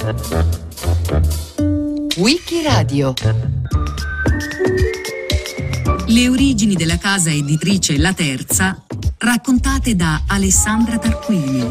Wikiradio. Le origini della casa editrice La Terza, raccontate da Alessandra Tarquini.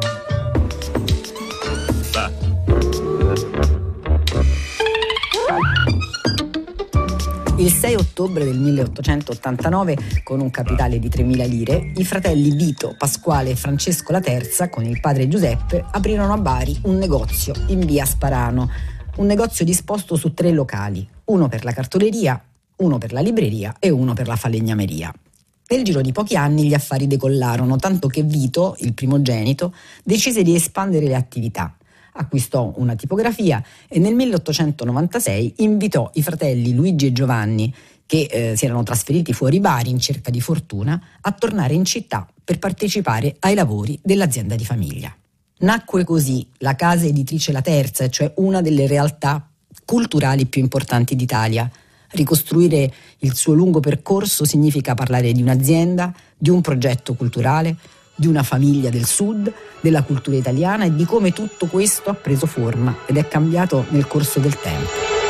Il 6 ottobre del 1889, con un capitale di 3.000 lire, i fratelli Vito, Pasquale e Francesco La Terza, con il padre Giuseppe, aprirono a Bari un negozio in via Sparano, un negozio disposto su 3 locali, uno per la cartoleria, uno per la libreria e uno per la falegnameria. Nel giro di pochi anni gli affari decollarono, tanto che Vito, il primogenito, decise di espandere le attività. Acquistò una tipografia e nel 1896 invitò i fratelli Luigi e Giovanni, che si erano trasferiti fuori Bari in cerca di fortuna, a tornare in città per partecipare ai lavori dell'azienda di famiglia. Nacque così la casa editrice La Terza, cioè una delle realtà culturali più importanti d'Italia. Ricostruire il suo lungo percorso significa parlare di un'azienda, di un progetto culturale, di una famiglia del Sud, della cultura italiana e di come tutto questo ha preso forma ed è cambiato nel corso del tempo.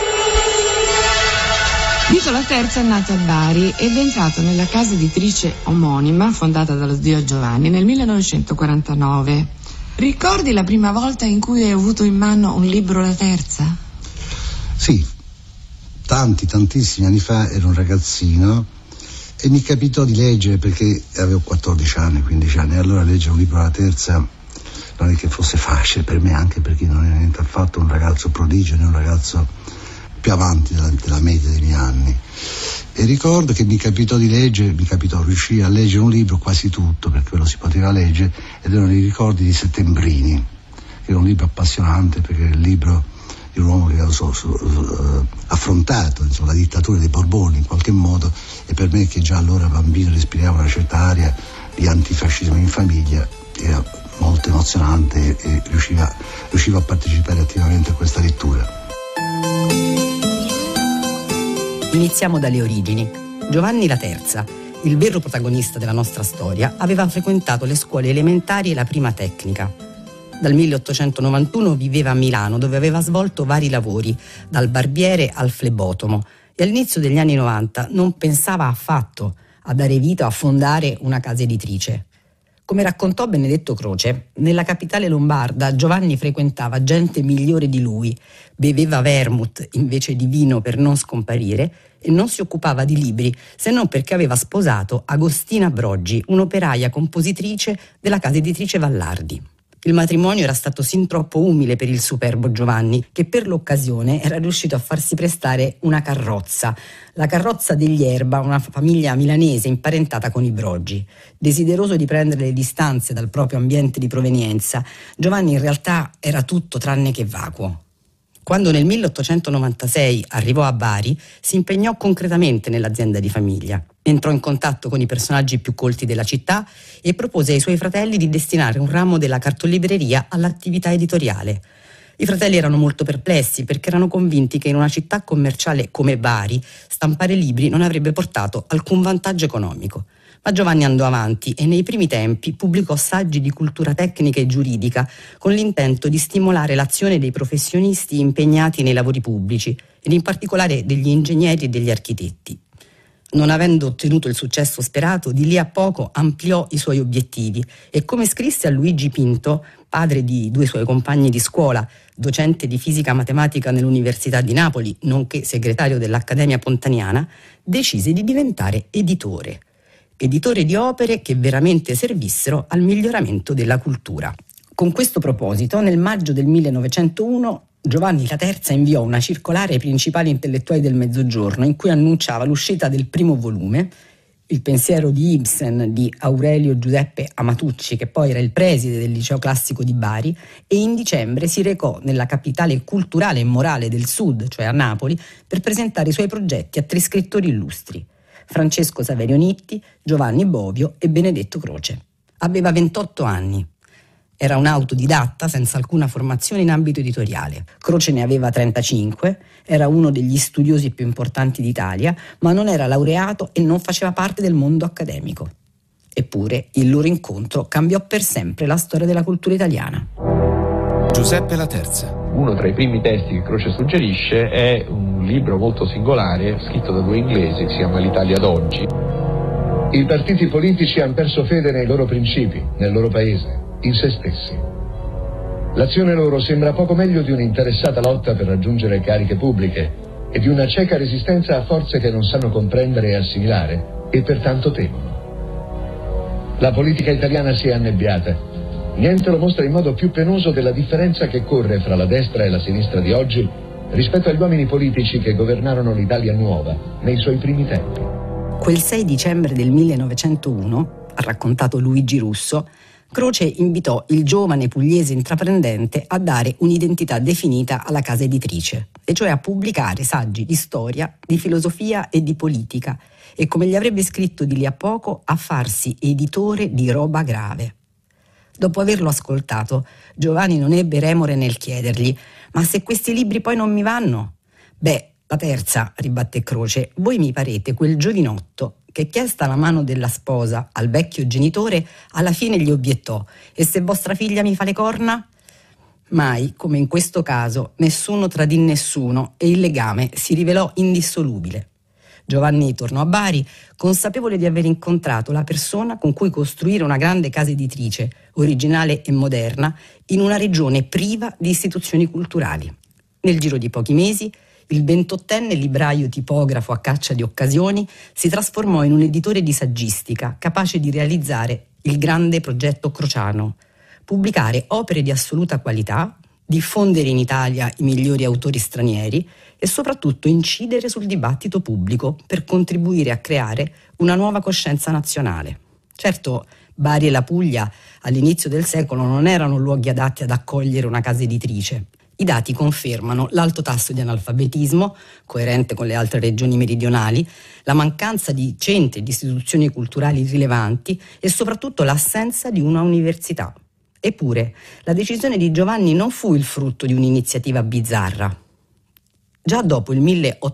Vito La Terza è nato a Bari ed è entrato nella casa editrice omonima fondata dallo zio Giovanni nel 1949. Ricordi la prima volta in cui hai avuto in mano un libro La Terza? Sì, tantissimi anni fa ero un ragazzino e mi capitò di leggere, perché avevo 14 anni, 15 anni, e allora leggere un libro alla Terza non è che fosse facile per me, anche perché non ero niente affatto un ragazzo prodigio, né un ragazzo più avanti della media dei miei anni. E ricordo che mi capitò riuscire a leggere un libro, quasi tutto, perché quello si poteva leggere, ed erano i ricordi di Settembrini, che era un libro appassionante, perché era il libro di un uomo che aveva affrontato la dittatura dei Borboni in qualche modo, e per me, che già allora bambino respirava una certa aria di antifascismo in famiglia, era molto emozionante e riusciva a partecipare attivamente a questa lettura. Iniziamo dalle origini. Giovanni La Terza, il vero protagonista della nostra storia, aveva frequentato le scuole elementari e la prima tecnica. Dal 1891 viveva a Milano, dove aveva svolto vari lavori, dal barbiere al flebotomo, e all'inizio degli anni 90 non pensava affatto a dare vita a fondare una casa editrice. Come raccontò Benedetto Croce, nella capitale lombarda Giovanni frequentava gente migliore di lui, beveva vermouth invece di vino per non scomparire e non si occupava di libri, se non perché aveva sposato Agostina Broggi, un'operaia compositrice della casa editrice Vallardi. Il matrimonio era stato sin troppo umile per il superbo Giovanni, che per l'occasione era riuscito a farsi prestare una carrozza, la carrozza degli Erba, una famiglia milanese imparentata con i Broggi. Desideroso di prendere le distanze dal proprio ambiente di provenienza, Giovanni in realtà era tutto tranne che vacuo. Quando nel 1896 arrivò a Bari, si impegnò concretamente nell'azienda di famiglia. Entrò in contatto con i personaggi più colti della città e propose ai suoi fratelli di destinare un ramo della cartolibreria all'attività editoriale. I fratelli erano molto perplessi, perché erano convinti che in una città commerciale come Bari stampare libri non avrebbe portato alcun vantaggio economico. Ma Giovanni andò avanti e nei primi tempi pubblicò saggi di cultura tecnica e giuridica con l'intento di stimolare l'azione dei professionisti impegnati nei lavori pubblici ed in particolare degli ingegneri e degli architetti. Non avendo ottenuto il successo sperato, di lì a poco ampliò i suoi obiettivi e, come scrisse a Luigi Pinto, padre di 2 suoi compagni di scuola, docente di fisica matematica nell'Università di Napoli, nonché segretario dell'Accademia Pontaniana, decise di diventare editore di opere che veramente servissero al miglioramento della cultura. Con questo proposito, nel maggio del 1901, Giovanni La Terza inviò una circolare ai principali intellettuali del Mezzogiorno in cui annunciava l'uscita del primo volume, Il pensiero di Ibsen di Aurelio Giuseppe Amatucci, che poi era il preside del Liceo Classico di Bari, e in dicembre si recò nella capitale culturale e morale del Sud, cioè a Napoli, per presentare i suoi progetti a 3 scrittori illustri: Francesco Saverio Nitti, Giovanni Bovio e Benedetto Croce. Aveva 28 anni. Era un autodidatta senza alcuna formazione in ambito editoriale. Croce ne aveva 35, era uno degli studiosi più importanti d'Italia, ma non era laureato e non faceva parte del mondo accademico. Eppure il loro incontro cambiò per sempre la storia della cultura italiana. Giuseppe La Terza, Uno tra i primi testi che Croce suggerisce è un libro molto singolare, scritto da due inglesi, che si chiama L'Italia d'oggi. I partiti politici hanno perso fede nei loro principi, nel loro paese, in se stessi. L'azione loro sembra poco meglio di un'interessata lotta per raggiungere cariche pubbliche e di una cieca resistenza a forze che non sanno comprendere e assimilare e pertanto temono. La politica italiana si è annebbiata. Niente lo mostra in modo più penoso della differenza che corre fra la destra e la sinistra di oggi rispetto agli uomini politici che governarono l'Italia nuova nei suoi primi tempi. Quel 6 dicembre del 1901, ha raccontato Luigi Russo, Croce invitò il giovane pugliese intraprendente a dare un'identità definita alla casa editrice, e cioè a pubblicare saggi di storia, di filosofia e di politica, e come gli avrebbe scritto di lì a poco, a farsi editore di roba grave. Dopo averlo ascoltato, Giovanni non ebbe remore nel chiedergli: «Ma se questi libri poi non mi vanno?» «Beh, la terza», ribatté Croce, «voi mi parete quel giovinotto che, chiesta la mano della sposa al vecchio genitore, alla fine gli obiettò: «E se vostra figlia mi fa le corna?» Mai, come in questo caso, nessuno tradì nessuno e il legame si rivelò indissolubile. Giovanni tornò a Bari, consapevole di aver incontrato la persona con cui costruire una grande casa editrice, originale e moderna, in una regione priva di istituzioni culturali. Nel giro di pochi mesi, il 28enne libraio tipografo a caccia di occasioni si trasformò in un editore di saggistica, capace di realizzare il grande progetto crociano: pubblicare opere di assoluta qualità, diffondere in Italia i migliori autori stranieri e soprattutto incidere sul dibattito pubblico per contribuire a creare una nuova coscienza nazionale. Certo, Bari e la Puglia all'inizio del secolo non erano luoghi adatti ad accogliere una casa editrice. I dati confermano l'alto tasso di analfabetismo, coerente con le altre regioni meridionali, la mancanza di centri e di istituzioni culturali rilevanti e soprattutto l'assenza di una università. Eppure, la decisione di Giovanni non fu il frutto di un'iniziativa bizzarra. Già dopo il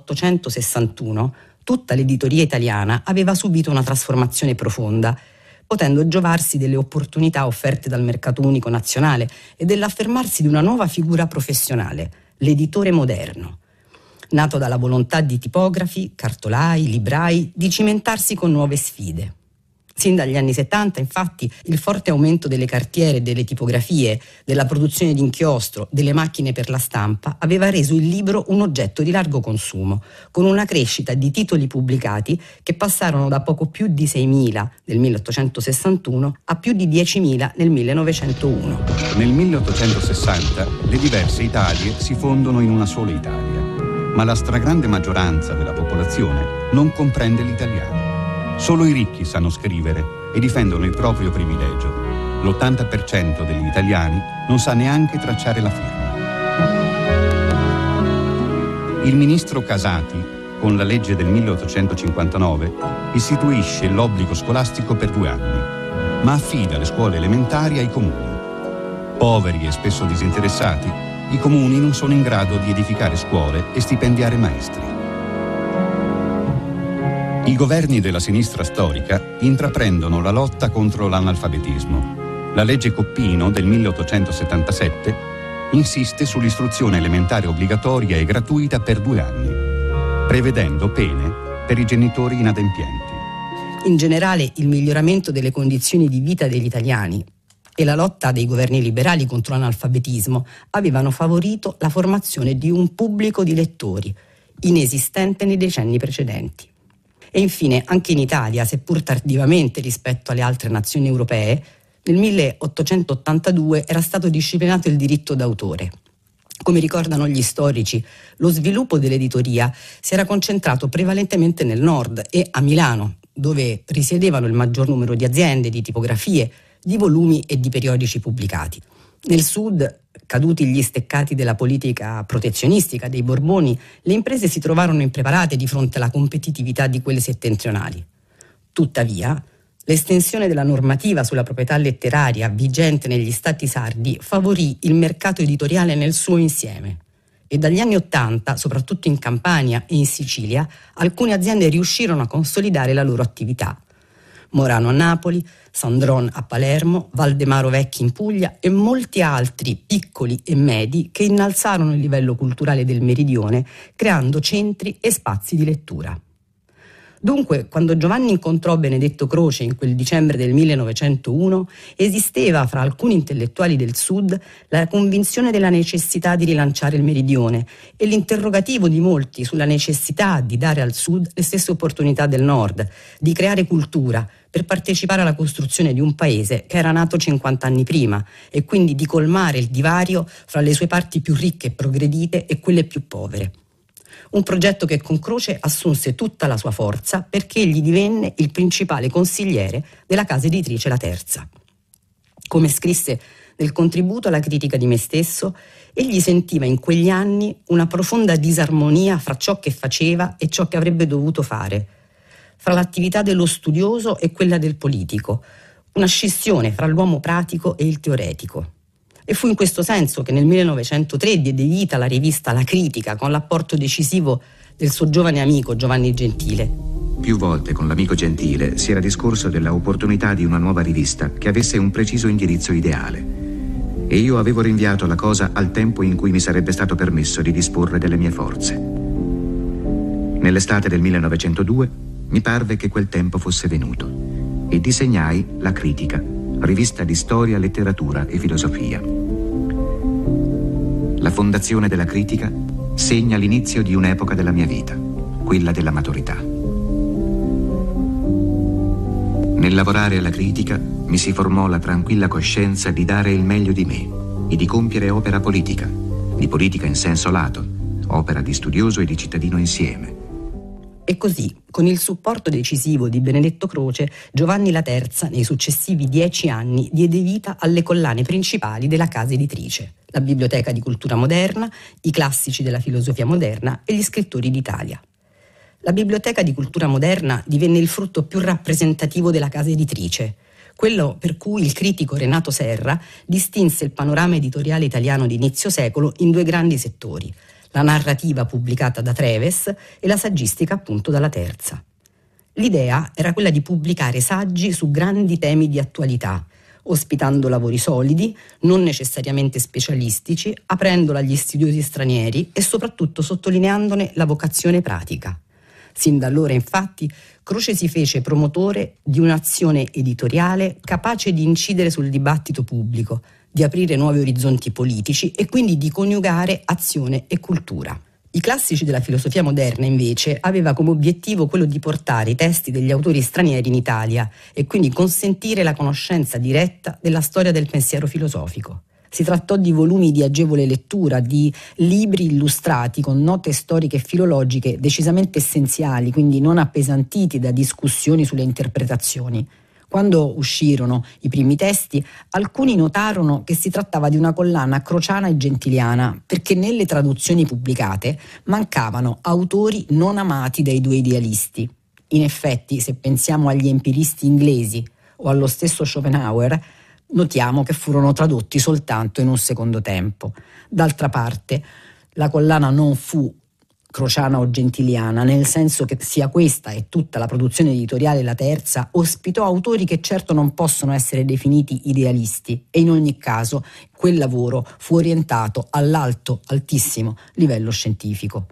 1861, tutta l'editoria italiana aveva subito una trasformazione profonda, potendo giovarsi delle opportunità offerte dal mercato unico nazionale e dell'affermarsi di una nuova figura professionale, l'editore moderno, nato dalla volontà di tipografi, cartolai, librai di cimentarsi con nuove sfide. Sin dagli anni 70, infatti, il forte aumento delle cartiere e delle tipografie, della produzione di inchiostro, delle macchine per la stampa, aveva reso il libro un oggetto di largo consumo, con una crescita di titoli pubblicati che passarono da poco più di 6.000 nel 1861 a più di 10.000 nel 1901. Nel 1860 le diverse Italie si fondono in una sola Italia, ma la stragrande maggioranza della popolazione non comprende l'italiano. Solo i ricchi sanno scrivere e difendono il proprio privilegio. L'80% degli italiani non sa neanche tracciare la firma. Il ministro Casati, con la legge del 1859, istituisce l'obbligo scolastico per 2 anni, ma affida le scuole elementari ai comuni. Poveri e spesso disinteressati, i comuni non sono in grado di edificare scuole e stipendiare maestri. I governi della sinistra storica intraprendono la lotta contro l'analfabetismo. La legge Coppino del 1877 insiste sull'istruzione elementare obbligatoria e gratuita per 2 anni, prevedendo pene per i genitori inadempienti. In generale, il miglioramento delle condizioni di vita degli italiani e la lotta dei governi liberali contro l'analfabetismo avevano favorito la formazione di un pubblico di lettori, inesistente nei decenni precedenti. E infine, anche in Italia, seppur tardivamente rispetto alle altre nazioni europee, nel 1882 era stato disciplinato il diritto d'autore. Come ricordano gli storici, lo sviluppo dell'editoria si era concentrato prevalentemente nel nord e a Milano, dove risiedevano il maggior numero di aziende, di tipografie, di volumi e di periodici pubblicati. Nel sud, caduti gli steccati della politica protezionistica dei Borboni, le imprese si trovarono impreparate di fronte alla competitività di quelle settentrionali. Tuttavia, l'estensione della normativa sulla proprietà letteraria vigente negli stati sardi favorì il mercato editoriale nel suo insieme e dagli anni '80, soprattutto in Campania e in Sicilia, alcune aziende riuscirono a consolidare la loro attività. Morano a Napoli, Sandron a Palermo, Valdemaro Vecchi in Puglia e molti altri piccoli e medi che innalzarono il livello culturale del meridione creando centri e spazi di lettura. Dunque, quando Giovanni incontrò Benedetto Croce in quel dicembre del 1901, esisteva fra alcuni intellettuali del Sud la convinzione della necessità di rilanciare il meridione e l'interrogativo di molti sulla necessità di dare al Sud le stesse opportunità del Nord, di creare cultura per partecipare alla costruzione di un paese che era nato 50 anni prima e quindi di colmare il divario fra le sue parti più ricche e progredite e quelle più povere. Un progetto che con Croce assunse tutta la sua forza perché egli divenne il principale consigliere della casa editrice La Terza. Come scrisse nel contributo alla critica di me stesso, egli sentiva in quegli anni una profonda disarmonia fra ciò che faceva e ciò che avrebbe dovuto fare, fra l'attività dello studioso e quella del politico, una scissione fra l'uomo pratico e il teoretico. E fu in questo senso che nel 1903 diede vita alla rivista La Critica con l'apporto decisivo del suo giovane amico Giovanni Gentile. Più volte con l'amico Gentile si era discorso della opportunità di una nuova rivista che avesse un preciso indirizzo ideale. E io avevo rinviato la cosa al tempo in cui mi sarebbe stato permesso di disporre delle mie forze. Nell'estate del 1902 mi parve che quel tempo fosse venuto e disegnai La Critica, rivista di storia, letteratura e filosofia. La fondazione della Critica segna l'inizio di un'epoca della mia vita, quella della maturità. Nel lavorare alla Critica mi si formò la tranquilla coscienza di dare il meglio di me e di compiere opera politica, di politica in senso lato, opera di studioso e di cittadino insieme. E così, con il supporto decisivo di Benedetto Croce, Giovanni La Terza, nei successivi 10 anni, diede vita alle collane principali della casa editrice, la Biblioteca di Cultura Moderna, i classici della filosofia moderna e gli scrittori d'Italia. La Biblioteca di Cultura Moderna divenne il frutto più rappresentativo della casa editrice, quello per cui il critico Renato Serra distinse il panorama editoriale italiano di inizio secolo in 2 grandi settori: la narrativa pubblicata da Treves e la saggistica appunto dalla Terza. L'idea era quella di pubblicare saggi su grandi temi di attualità, ospitando lavori solidi, non necessariamente specialistici, aprendola agli studiosi stranieri e soprattutto sottolineandone la vocazione pratica. Sin da allora, infatti, Croce si fece promotore di un'azione editoriale capace di incidere sul dibattito pubblico, di aprire nuovi orizzonti politici e quindi di coniugare azione e cultura. I classici della filosofia moderna, invece, aveva come obiettivo quello di portare i testi degli autori stranieri in Italia e quindi consentire la conoscenza diretta della storia del pensiero filosofico. Si trattò di volumi di agevole lettura, di libri illustrati con note storiche e filologiche decisamente essenziali, quindi non appesantiti da discussioni sulle interpretazioni. Quando uscirono i primi testi, alcuni notarono che si trattava di una collana crociana e gentiliana, perché nelle traduzioni pubblicate mancavano autori non amati dai 2 idealisti. In effetti, se pensiamo agli empiristi inglesi o allo stesso Schopenhauer, notiamo che furono tradotti soltanto in un secondo tempo. D'altra parte, la collana non fu crociana o gentiliana, nel senso che sia questa e tutta la produzione editoriale La Terza ospitò autori che certo non possono essere definiti idealisti e in ogni caso quel lavoro fu orientato altissimo livello scientifico.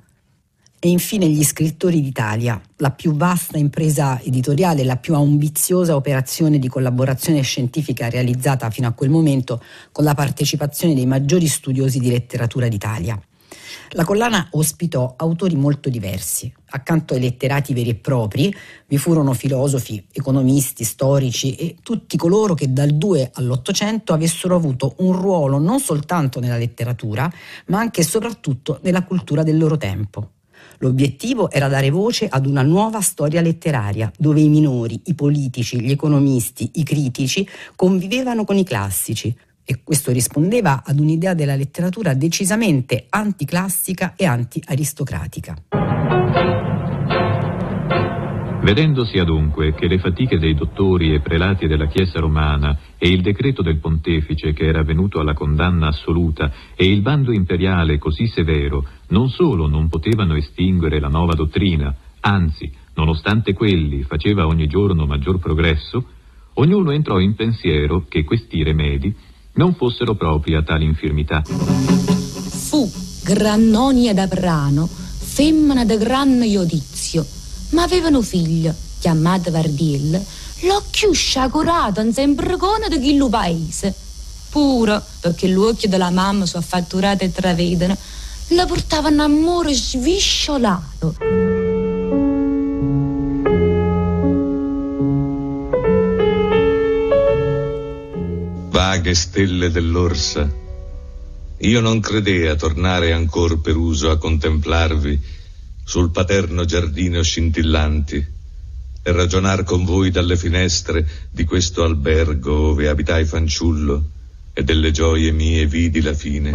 E infine gli scrittori d'Italia, la più vasta impresa editoriale, la più ambiziosa operazione di collaborazione scientifica realizzata fino a quel momento con la partecipazione dei maggiori studiosi di letteratura d'Italia. La collana ospitò autori molto diversi. Accanto ai letterati veri e propri vi furono filosofi, economisti, storici e tutti coloro che dal 2 all'800 avessero avuto un ruolo non soltanto nella letteratura, ma anche e soprattutto nella cultura del loro tempo. L'obiettivo era dare voce ad una nuova storia letteraria, dove i minori, i politici, gli economisti, i critici convivevano con i classici, e questo rispondeva ad un'idea della letteratura decisamente anticlassica e anti-aristocratica. Vedendosi adunque che le fatiche dei dottori e prelati della Chiesa romana e il decreto del pontefice che era venuto alla condanna assoluta e il bando imperiale così severo non solo non potevano estinguere la nuova dottrina, anzi nonostante quelli faceva ogni giorno maggior progresso, ognuno entrò in pensiero che questi rimedi non fossero propri a tali infirmità. Fu Grannonia da Prano, femmina di gran giudizio, ma avevano figlio, chiamato Vardiel, l'occhio sciacurato in sembricone di chillo paese. Pure perché l'occhio della mamma su affatturate e travedano la portava un amore svisciolato. Vaghe stelle dell'orsa, io non credea tornare ancor per uso a contemplarvi sul paterno giardino scintillanti e ragionar con voi dalle finestre di questo albergo ove abitai fanciullo e delle gioie mie vidi la fine.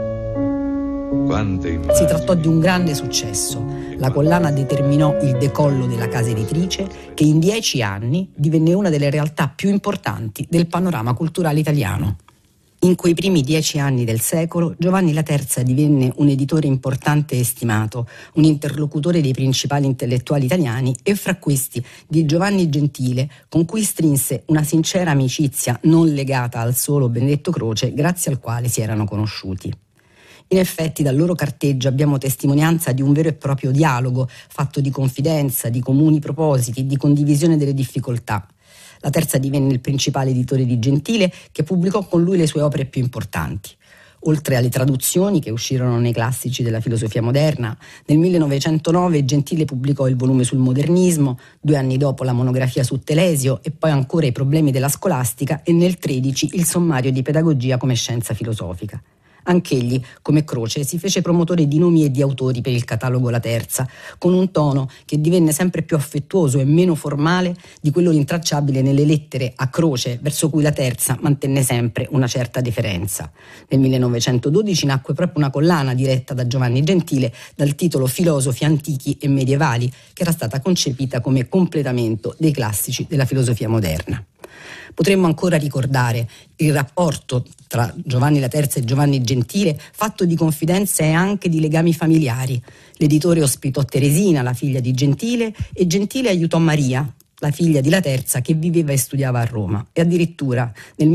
Si trattò di un grande successo. La collana determinò il decollo della casa editrice, che in 10 anni divenne una delle realtà più importanti del panorama culturale italiano. In quei primi 10 anni del secolo, Giovanni Laterza divenne un editore importante e stimato, un interlocutore dei principali intellettuali italiani e fra questi di Giovanni Gentile, con cui strinse una sincera amicizia non legata al solo Benedetto Croce, grazie al quale si erano conosciuti. In effetti dal loro carteggio abbiamo testimonianza di un vero e proprio dialogo fatto di confidenza, di comuni propositi, di condivisione delle difficoltà. Laterza divenne il principale editore di Gentile, che pubblicò con lui le sue opere più importanti. Oltre alle traduzioni che uscirono nei classici della filosofia moderna, nel 1909 Gentile pubblicò il volume sul modernismo, 2 anni dopo la monografia su Telesio e poi ancora i problemi della scolastica e nel 13 il sommario di pedagogia come scienza filosofica. Anch'egli, come Croce, si fece promotore di nomi e di autori per il catalogo Laterza, con un tono che divenne sempre più affettuoso e meno formale di quello rintracciabile nelle lettere a Croce, verso cui Laterza mantenne sempre una certa deferenza. Nel 1912 nacque proprio una collana diretta da Giovanni Gentile dal titolo Filosofi antichi e medievali, che era stata concepita come completamento dei classici della filosofia moderna. Potremmo ancora ricordare il rapporto tra Giovanni Laterza e Giovanni Gentile, fatto di confidenze e anche di legami familiari. L'editore ospitò Teresina, la figlia di Gentile, e Gentile aiutò Maria, la figlia di Laterza, che viveva e studiava a Roma. E addirittura nel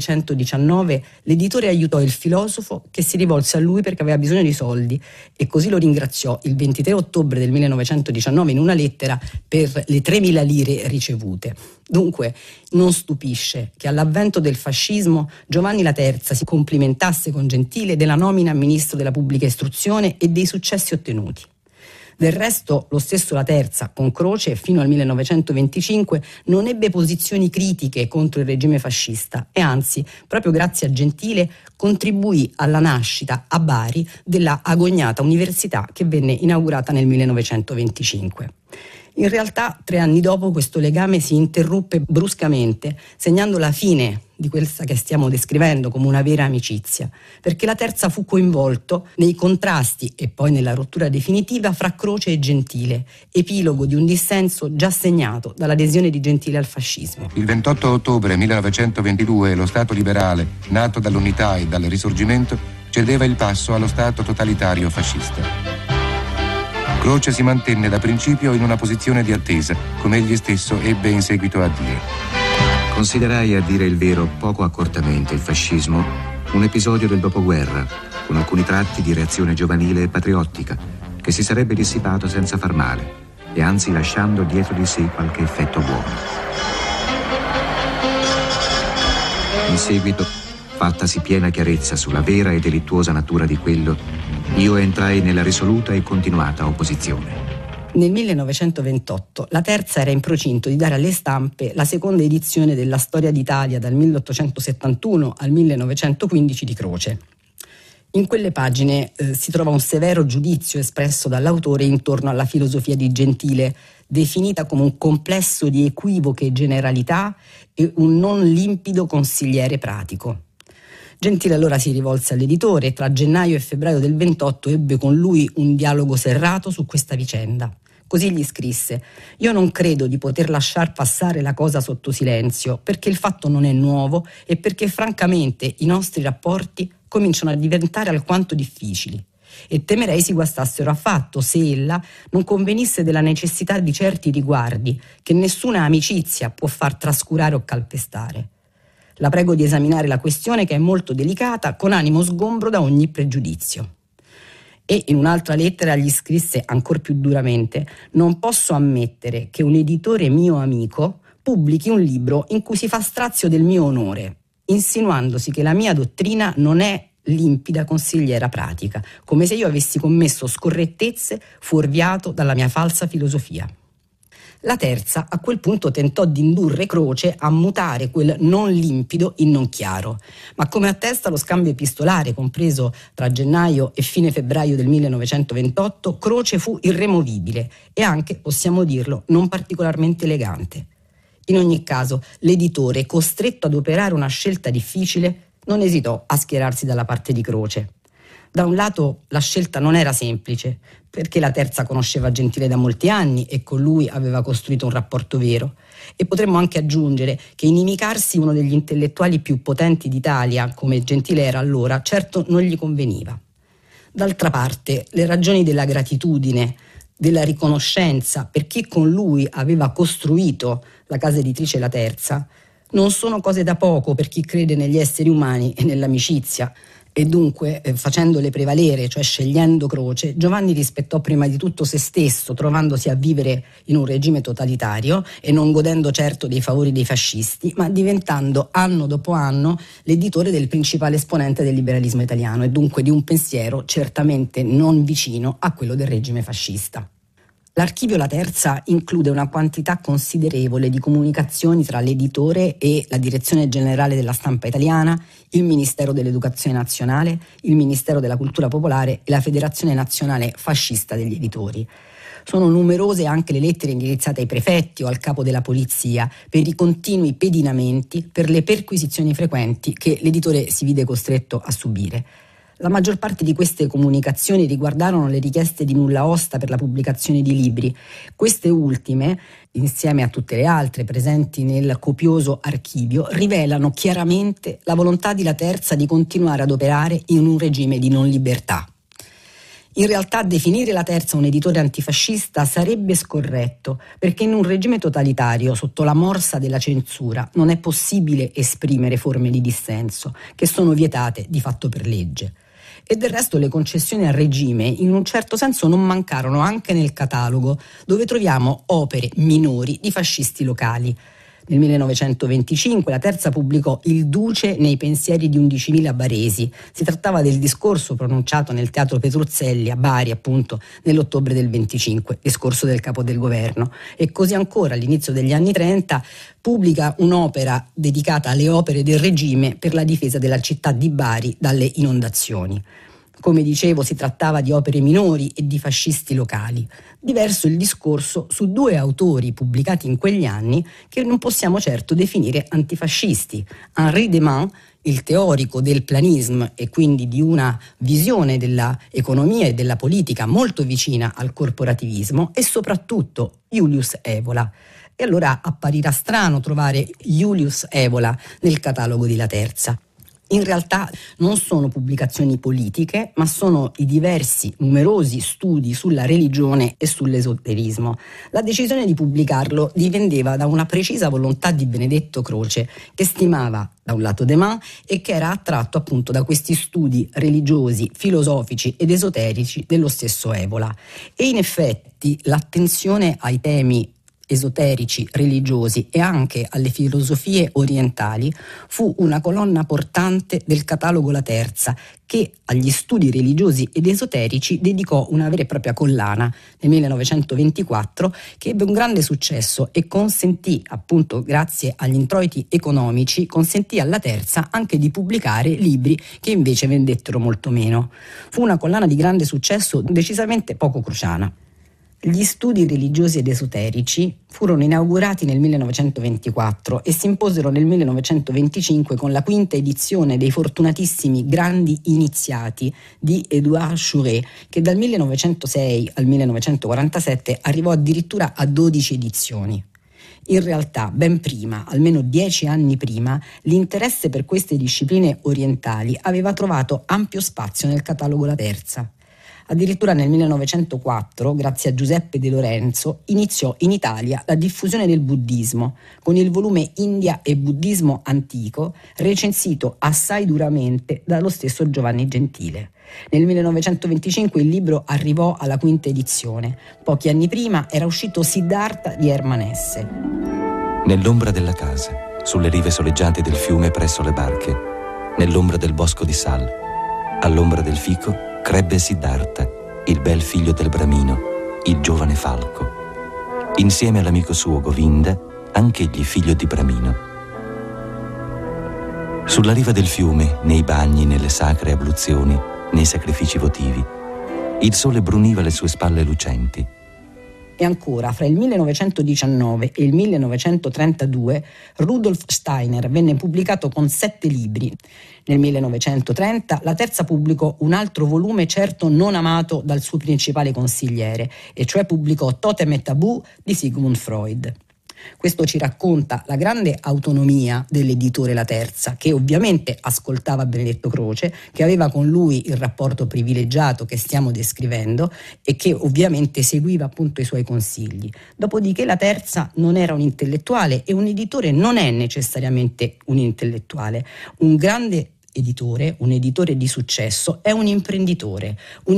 1919 l'editore aiutò il filosofo, che si rivolse a lui perché aveva bisogno di soldi, e così lo ringraziò il 23 ottobre del 1919 in una lettera per le 3.000 lire ricevute. Dunque non stupisce che all'avvento del fascismo Giovanni Laterza si complimentasse con Gentile della nomina a ministro della pubblica istruzione e dei successi ottenuti. Del resto, lo stesso Laterza, con Croce, fino al 1925, non ebbe posizioni critiche contro il regime fascista e anzi, proprio grazie a Gentile, contribuì alla nascita a Bari della agognata università che venne inaugurata nel 1925. In realtà, 3 anni dopo, questo legame si interruppe bruscamente, segnando la fine di questa che stiamo descrivendo come una vera amicizia, perché Laterza fu coinvolto nei contrasti e poi nella rottura definitiva fra Croce e Gentile, epilogo di un dissenso già segnato dall'adesione di Gentile al fascismo. Il 28 ottobre 1922 lo Stato liberale, nato dall'unità e dal risorgimento, cedeva il passo allo Stato totalitario fascista. Croce si mantenne da principio in una posizione di attesa, come egli stesso ebbe in seguito a dire. Considerai, a dire il vero, poco accortamente il fascismo un episodio del dopoguerra, con alcuni tratti di reazione giovanile e patriottica, che si sarebbe dissipato senza far male, e anzi lasciando dietro di sé qualche effetto buono. In seguito, fattasi piena chiarezza sulla vera e delittuosa natura di quello, io entrai nella risoluta e continuata opposizione. Nel 1928 Laterza era in procinto di dare alle stampe la seconda edizione della Storia d'Italia dal 1871 al 1915 di Croce. In quelle pagine si trova un severo giudizio espresso dall'autore intorno alla filosofia di Gentile, definita come un complesso di equivoche generalità e un non limpido consigliere pratico. Gentile allora si rivolse all'editore e tra gennaio e febbraio del 28 ebbe con lui un dialogo serrato su questa vicenda. Così gli scrisse: «Io non credo di poter lasciar passare la cosa sotto silenzio, perché il fatto non è nuovo e perché francamente i nostri rapporti cominciano a diventare alquanto difficili. e temerei si guastassero affatto se ella non convenisse della necessità di certi riguardi che nessuna amicizia può far trascurare o calpestare. La prego di esaminare la questione, che è molto delicata, con animo sgombro da ogni pregiudizio. E in un'altra lettera gli scrisse ancor più duramente: non posso ammettere che un editore mio amico pubblichi un libro in cui si fa strazio del mio onore, insinuandosi che la mia dottrina non è limpida consigliera pratica, come se io avessi commesso scorrettezze fuorviato dalla mia falsa filosofia. La terza a quel punto tentò di indurre Croce a mutare quel non limpido in non chiaro, ma come attesta lo scambio epistolare compreso tra gennaio e fine febbraio del 1928, Croce fu irremovibile e anche, possiamo dirlo, non particolarmente elegante. In ogni caso, l'editore, costretto ad operare una scelta difficile, non esitò a schierarsi dalla parte di Croce. Da un lato la scelta non era semplice, perché la terza conosceva Gentile da molti anni e con lui aveva costruito un rapporto vero. E potremmo anche aggiungere che inimicarsi uno degli intellettuali più potenti d'Italia, come Gentile era allora, certo non gli conveniva. D'altra parte, le ragioni della gratitudine, della riconoscenza per chi con lui aveva costruito la casa editrice La Terza, non sono cose da poco per chi crede negli esseri umani e nell'amicizia. E dunque, facendole prevalere, cioè scegliendo Croce, Giovanni rispettò prima di tutto se stesso, trovandosi a vivere in un regime totalitario e non godendo certo dei favori dei fascisti, ma diventando anno dopo anno l'editore del principale esponente del liberalismo italiano e dunque di un pensiero certamente non vicino a quello del regime fascista. L'archivio La Terza include una quantità considerevole di comunicazioni tra l'editore e la Direzione Generale della Stampa Italiana, il Ministero dell'Educazione Nazionale, il Ministero della Cultura Popolare e la Federazione Nazionale Fascista degli Editori. Sono numerose anche le lettere indirizzate ai prefetti o al capo della polizia per i continui pedinamenti, per le perquisizioni frequenti che l'editore si vide costretto a subire. La maggior parte di queste comunicazioni riguardarono le richieste di nulla osta per la pubblicazione di libri. Queste ultime, insieme a tutte le altre presenti nel copioso archivio, rivelano chiaramente la volontà di La Terza di continuare ad operare in un regime di non libertà. In realtà definire La Terza un editore antifascista sarebbe scorretto, perché in un regime totalitario, sotto la morsa della censura, non è possibile esprimere forme di dissenso, che sono vietate di fatto per legge. E del resto le concessioni al regime in un certo senso non mancarono anche nel catalogo, dove troviamo opere minori di fascisti locali. Nel 1925 La Terza pubblicò Il Duce nei pensieri di 11.000 baresi. Si trattava del discorso pronunciato nel Teatro Petruzzelli a Bari, appunto, nell'ottobre del 25, discorso del capo del governo. E così ancora, all'inizio degli anni 30, pubblica un'opera dedicata alle opere del regime per la difesa della città di Bari dalle inondazioni. Come dicevo, si trattava di opere minori e di fascisti locali. Diverso il discorso su due autori pubblicati in quegli anni che non possiamo certo definire antifascisti. Henri Deman, il teorico del planisme e quindi di una visione dell'economia e della politica molto vicina al corporativismo, e soprattutto Julius Evola. E allora apparirà strano trovare Julius Evola nel catalogo di La Terza. In realtà non sono pubblicazioni politiche, ma sono i diversi, numerosi studi sulla religione e sull'esoterismo. La decisione di pubblicarlo dipendeva da una precisa volontà di Benedetto Croce, che stimava da un lato Deman e che era attratto appunto da questi studi religiosi, filosofici ed esoterici dello stesso Evola. E in effetti l'attenzione ai temi esoterici, religiosi e anche alle filosofie orientali fu una colonna portante del catalogo La Terza, che agli studi religiosi ed esoterici dedicò una vera e propria collana nel 1924 che ebbe un grande successo e consentì, appunto grazie agli introiti economici, consentì alla Terza anche di pubblicare libri che invece vendettero molto meno. Fu una collana di grande successo, decisamente poco crociana. Gli studi religiosi ed esoterici furono inaugurati nel 1924 e si imposero nel 1925 con la quinta edizione dei fortunatissimi Grandi Iniziati di Édouard Chouret, che dal 1906 al 1947 arrivò addirittura a 12 edizioni. In realtà, ben prima, almeno 10 anni prima, l'interesse per queste discipline orientali aveva trovato ampio spazio nel catalogo La Terza. Addirittura nel 1904, grazie a Giuseppe De Lorenzo, iniziò in Italia la diffusione del buddismo, con il volume India e Buddismo antico, recensito assai duramente dallo stesso Giovanni Gentile. Nel 1925 il libro arrivò alla quinta edizione. Pochi anni prima era uscito Siddhartha di Hermann Hesse. Nell'ombra della casa, sulle rive soleggiate del fiume presso le barche, nell'ombra del bosco di Sal, all'ombra del fico, crebbe Siddhartha, il bel figlio del Bramino, il giovane falco. Insieme all'amico suo Govinda, anch'egli figlio di Bramino. Sulla riva del fiume, nei bagni, nelle sacre abluzioni, nei sacrifici votivi, il sole bruniva le sue spalle lucenti. E ancora, fra il 1919 e il 1932, Rudolf Steiner venne pubblicato con 7 libri. Nel 1930 la Terza pubblicò un altro volume certo non amato dal suo principale consigliere, e cioè pubblicò Totem e Tabù di Sigmund Freud. Questo ci racconta la grande autonomia dell'editore La Terza, che ovviamente ascoltava Benedetto Croce, che aveva con lui il rapporto privilegiato che stiamo descrivendo e che ovviamente seguiva appunto i suoi consigli. Dopodiché La Terza non era un intellettuale, e un editore non è necessariamente un intellettuale. Un grande editore, un editore di successo, è un imprenditore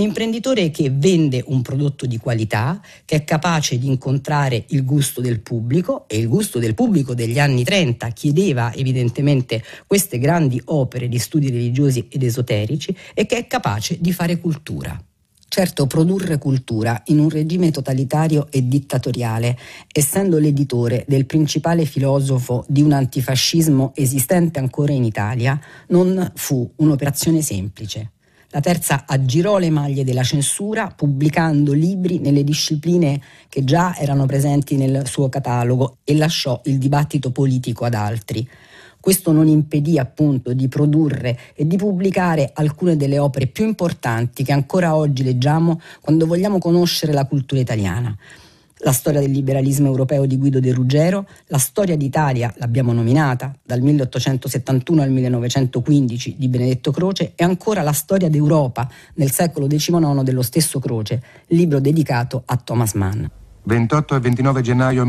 che vende un prodotto di qualità, che è capace di incontrare il gusto del pubblico, e il gusto del pubblico degli anni 30 chiedeva evidentemente queste grandi opere di studi religiosi ed esoterici, e che è capace di fare cultura. Certo, produrre cultura in un regime totalitario e dittatoriale, essendo l'editore del principale filosofo di un antifascismo esistente ancora in Italia, non fu un'operazione semplice. La Terza aggirò le maglie della censura pubblicando libri nelle discipline che già erano presenti nel suo catalogo, e lasciò il dibattito politico ad altri. Questo non impedì appunto di produrre e di pubblicare alcune delle opere più importanti che ancora oggi leggiamo quando vogliamo conoscere la cultura italiana. La storia del liberalismo europeo di Guido De Ruggero, la storia d'Italia, l'abbiamo nominata, dal 1871 al 1915 di Benedetto Croce, e ancora la storia d'Europa nel secolo XIX dello stesso Croce, libro dedicato a Thomas Mann. 28 e 29 gennaio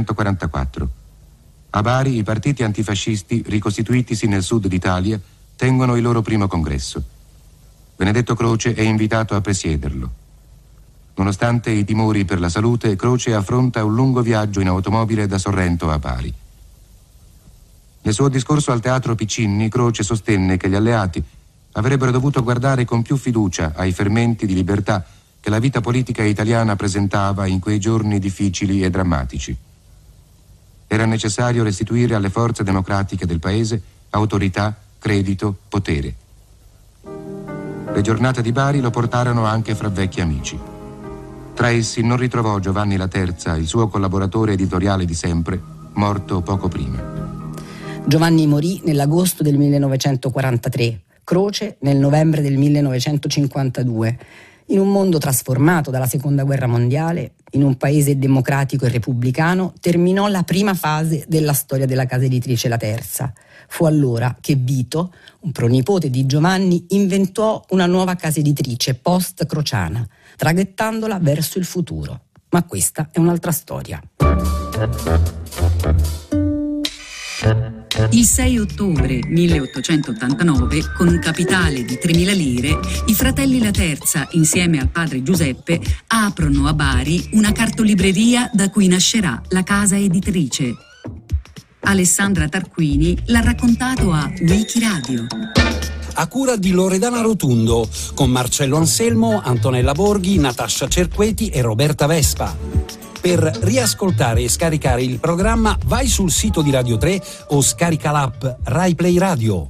1944. A Bari i partiti antifascisti, ricostituitisi nel sud d'Italia, tengono il loro primo congresso. Benedetto Croce è invitato a presiederlo. Nonostante i timori per la salute, Croce affronta un lungo viaggio in automobile da Sorrento a Bari. Nel suo discorso al Teatro Piccinni, Croce sostenne che gli alleati avrebbero dovuto guardare con più fiducia ai fermenti di libertà che la vita politica italiana presentava in quei giorni difficili e drammatici. Era necessario restituire alle forze democratiche del paese autorità, credito, potere. Le giornate di Bari lo portarono anche fra vecchi amici. Tra essi non ritrovò Giovanni La Terza, il suo collaboratore editoriale di sempre, morto poco prima. Giovanni morì nell'agosto del 1943, Croce nel novembre del 1952. In un mondo trasformato dalla Seconda Guerra Mondiale, in un paese democratico e repubblicano, terminò la prima fase della storia della casa editrice La Terza. Fu allora che Vito, un pronipote di Giovanni, inventò una nuova casa editrice post-crociana, traghettandola verso il futuro. Ma questa è un'altra storia. Il 6 ottobre 1889, con un capitale di 3.000 lire, i fratelli La Terza, insieme al padre Giuseppe, aprono a Bari una cartolibreria da cui nascerà la casa editrice. Alessandra Tarquini l'ha raccontato a Wikiradio. A cura di Loredana Rotundo, con Marcello Anselmo, Antonella Borghi, Natascia Cerqueti e Roberta Vespa. Per riascoltare e scaricare il programma vai sul sito di Radio 3 o scarica l'app Rai Play Radio.